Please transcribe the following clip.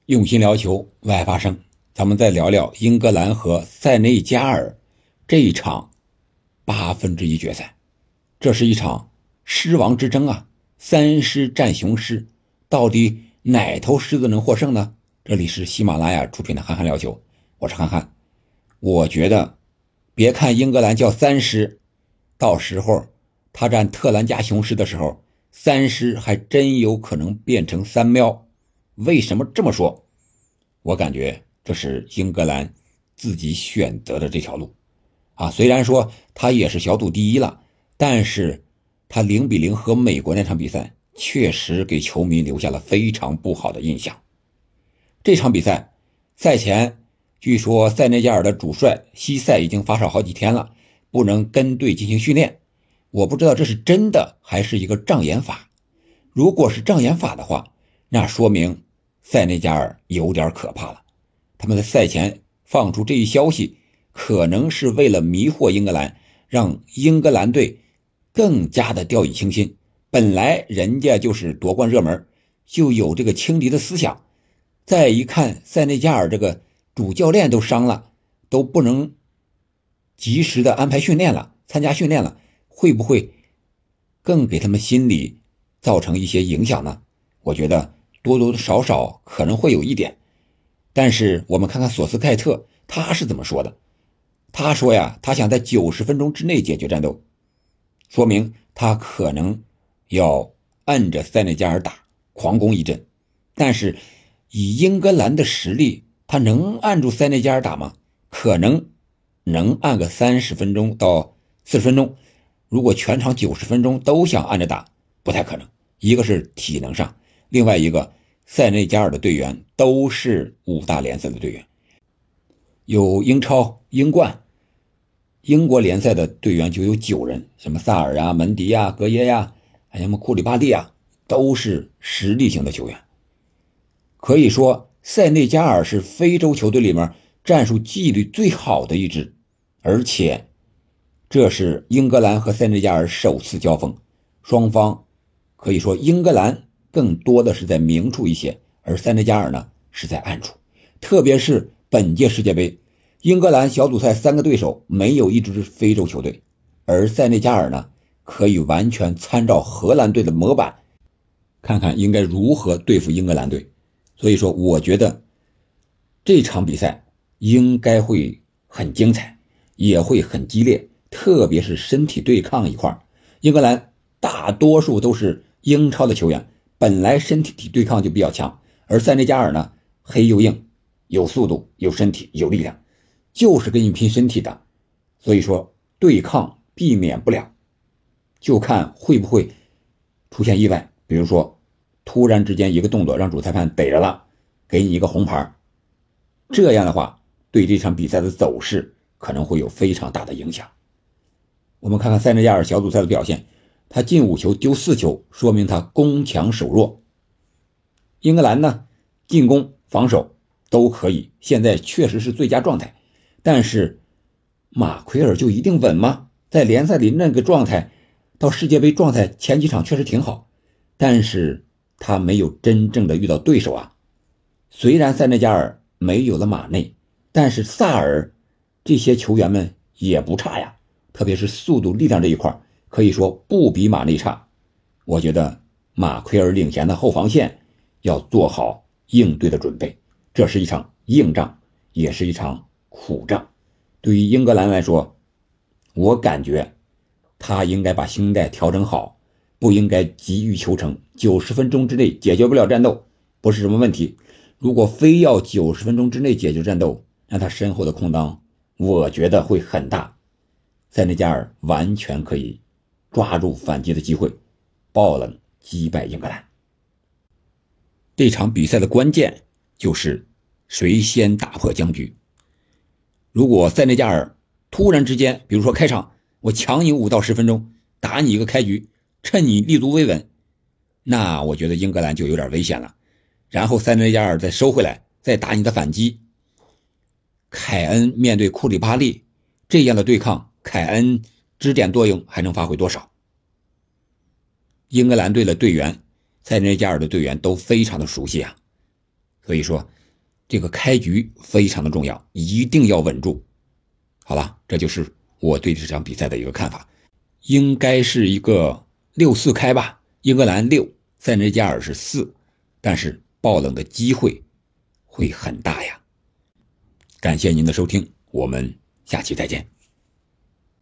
用心聊球，为爱发声。咱们再聊聊英格兰和塞内加尔这一场1/8决赛。这是一场狮王之争啊，三狮战雄狮，到底哪头狮子能获胜呢？这里是喜马拉雅出品的憨憨聊球，我是憨憨。我觉得别看英格兰叫三狮，到时候他战特兰加雄狮的时候，三狮还真有可能变成三喵。为什么这么说？我感觉这是英格兰自己选择的这条路啊。虽然说他也是小组第一了，但是他0-0和美国那场比赛确实给球迷留下了非常不好的印象。这场比赛赛前据说塞内加尔的主帅西塞已经发烧好几天了，不能跟队进行训练。我不知道这是真的还是一个障眼法。如果是障眼法的话，那说明塞内加尔有点可怕了。他们在赛前放出这一消息，可能是为了迷惑英格兰，让英格兰队更加的掉以轻心。本来人家就是夺冠热门，就有这个轻敌的思想。再一看塞内加尔这个主教练都伤了，都不能及时的安排训练了，参加训练了，会不会更给他们心理造成一些影响呢？我觉得多多少少可能会有一点。但是我们看看索斯盖特他是怎么说的。他说呀，他想在90分钟之内解决战斗，说明他可能要按着塞内加尔打，狂攻一阵。但是以英格兰的实力，他能按住塞内加尔打吗？可能能按个30分钟到40分钟。如果全场90分钟都想按着打，不太可能。一个是体能上，另外一个塞内加尔的队员都是5大联赛的队员，有英超、英冠，英国联赛的队员就有9人，什么萨尔啊、门迪啊、格耶呀，还有什么库里巴利啊，都是实力型的球员。可以说塞内加尔是非洲球队里面战术纪律最好的一支，而且这是英格兰和塞内加尔首次交锋，双方可以说英格兰更多的是在明处一些，而塞内加尔呢是在暗处。特别是本届世界杯，英格兰小组赛3个对手没有一支非洲球队，而塞内加尔呢可以完全参照荷兰队的模板，看看应该如何对付英格兰队。所以说我觉得这场比赛应该会很精彩，也会很激烈，特别是身体对抗一块。英格兰大多数都是英超的球员，本来身体对抗就比较强，而塞内加尔呢黑又硬，有速度，有身体，有力量，就是跟你拼身体的。所以说对抗避免不了，就看会不会出现意外，比如说突然之间一个动作让主裁判逮着了，给你一个红牌，这样的话对这场比赛的走势可能会有非常大的影响。我们看看塞内加尔小组赛的表现，他进5球丢4球，说明他攻强守弱。英格兰呢，进攻防守都可以，现在确实是最佳状态。但是马奎尔就一定稳吗？在联赛里那个状态，到世界杯状态前几场确实挺好，但是他没有真正的遇到对手啊。虽然塞内加尔没有了马内，但是萨尔这些球员们也不差呀，特别是速度力量这一块可以说不比马内差。我觉得马奎尔领衔的后防线要做好应对的准备，这是一场硬仗，也是一场苦仗。对于英格兰来说，我感觉他应该把心态调整好，不应该急于求成，90分钟之内解决不了战斗不是什么问题，如果非要90分钟之内解决战斗，那他身后的空当我觉得会很大。塞内加尔完全可以抓住反击的机会，爆冷击败英格兰。这场比赛的关键就是谁先打破僵局。如果塞内加尔突然之间，比如说开场我抢你5到10分钟，打你一个开局，趁你立足微稳，那我觉得英格兰就有点危险了。然后塞内加尔再收回来，再打你的反击。凯恩面对库里巴利这样的对抗，凯恩指点作用还能发挥多少？英格兰队的队员，塞内加尔的队员都非常的熟悉啊， 所以说这个开局非常的重要，一定要稳住。好了，这就是我对这场比赛的一个看法，应该是一个6-4开吧，英格兰6，塞内加尔是4，但是爆冷的机会会很大呀。感谢您的收听，我们下期再见。